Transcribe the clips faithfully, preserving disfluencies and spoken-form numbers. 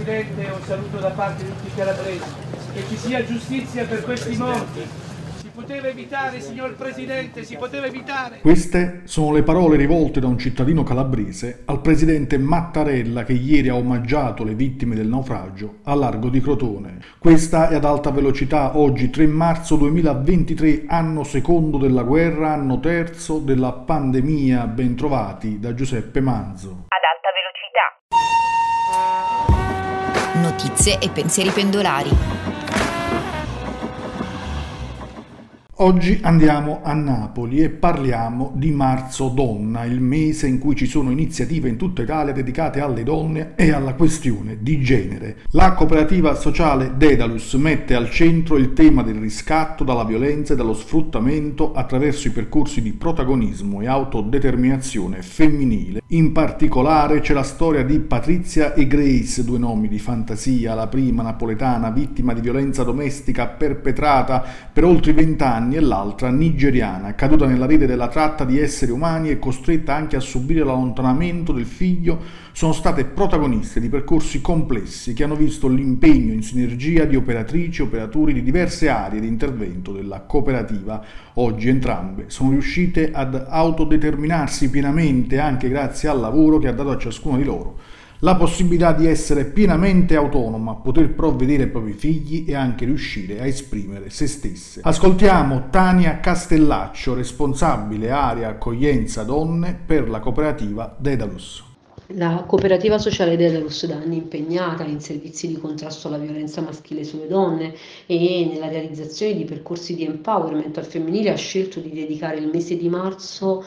Presidente e un saluto da parte di tutti i calabresi. Che ci sia giustizia per questi morti. Si poteva evitare, signor Presidente, si poteva evitare. Queste sono le parole rivolte da un cittadino calabrese al presidente Mattarella, che ieri ha omaggiato le vittime del naufragio a largo di Crotone. Questa è Ad Alta Velocità, oggi tre marzo duemilaventitré, anno secondo della guerra, anno terzo della pandemia. Bentrovati da Giuseppe Manzo. Ad Alta Velocità. Notizie e pensieri pendolari. Oggi andiamo a Napoli e parliamo di Marzo Donna, il mese in cui ci sono iniziative in tutta Italia dedicate alle donne e alla questione di genere. La cooperativa sociale Dedalus mette al centro il tema del riscatto dalla violenza e dallo sfruttamento attraverso i percorsi di protagonismo e autodeterminazione femminile. In particolare c'è la storia di Patrizia e Grace, due nomi di fantasia, la prima napoletana vittima di violenza domestica perpetrata per oltre vent'anni e l'altra nigeriana, caduta nella rete della tratta di esseri umani e costretta anche a subire l'allontanamento del figlio, sono state protagoniste di percorsi complessi che hanno visto l'impegno in sinergia di operatrici e operatori di diverse aree di intervento della cooperativa. Oggi entrambe sono riuscite ad autodeterminarsi pienamente anche grazie al lavoro che ha dato a ciascuno di loro la possibilità di essere pienamente autonoma, poter provvedere ai propri figli e anche riuscire a esprimere se stesse. Ascoltiamo Tania Castellaccio, responsabile area accoglienza donne per la cooperativa Dedalus. La cooperativa sociale Dedalus, da anni impegnata in servizi di contrasto alla violenza maschile sulle donne e nella realizzazione di percorsi di empowerment al femminile, ha scelto di dedicare il mese di marzo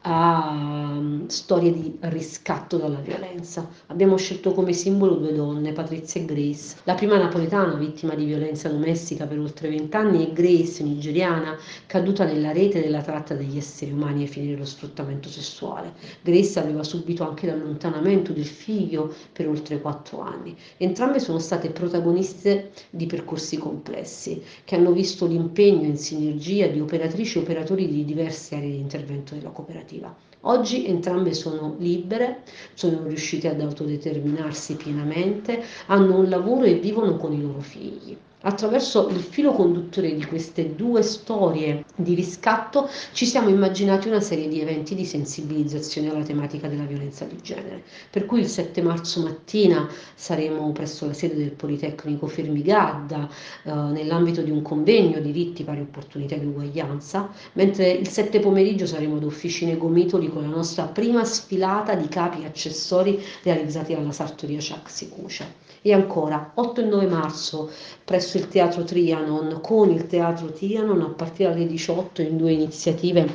a um, storie di riscatto dalla violenza. Abbiamo scelto come simbolo due donne, Patrizia e Grace. La prima napoletana, vittima di violenza domestica per oltre vent'anni, e Grace, nigeriana, caduta nella rete della tratta degli esseri umani ai fini dello sfruttamento sessuale. Grace aveva subito anche l'allontanamento del figlio per oltre quattro anni. Entrambe sono state protagoniste di percorsi complessi che hanno visto l'impegno in sinergia di operatrici e operatori di diverse aree di intervento della cooperativa. Oggi entrambe sono libere, sono riuscite ad autodeterminarsi pienamente, hanno un lavoro e vivono con i loro figli. Attraverso il filo conduttore di queste due storie di riscatto ci siamo immaginati una serie di eventi di sensibilizzazione alla tematica della violenza di genere, per cui il sette marzo mattina saremo presso la sede del Politecnico Fermi Gadda eh, nell'ambito di un convegno diritti, pari opportunità ed uguaglianza, mentre il sette pomeriggio saremo ad Officine Gomitoli con la nostra prima sfilata di capi e accessori realizzati dalla sartoria Ciaxi Cucia. E ancora otto e nove marzo presso il Teatro Trianon, con il Teatro Trianon a partire dalle diciotto, in due iniziative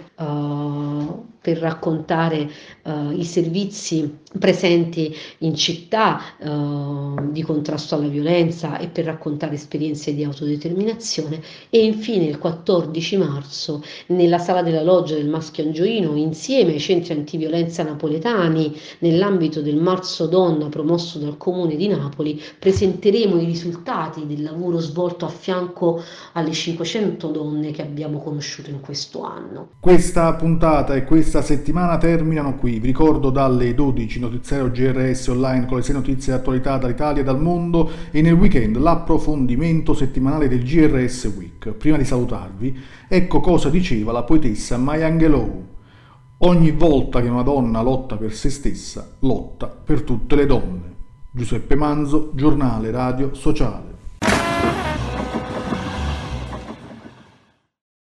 uh, per raccontare uh, i servizi presenti in città uh, di contrasto alla violenza e per raccontare esperienze di autodeterminazione. E infine il quattordici marzo nella Sala della Loggia del Maschio Angioino, insieme ai centri antiviolenza napoletani, nell'ambito del Marzo Donna promosso dal Comune di Napoli, presenteremo i risultati del lavoro svolto a fianco alle cinquecento donne che abbiamo conosciuto in questo anno. Questa puntata e questa settimana terminano qui. Vi ricordo dalle dodici notiziario G R S online con le sei notizie di attualità dall'Italia e dal mondo, e nel weekend l'approfondimento settimanale del G R S Week. Prima di salutarvi, ecco cosa diceva la poetessa Maya Angelou: ogni volta che una donna lotta per se stessa, lotta per tutte le donne. Giuseppe Manzo, giornale radio sociale.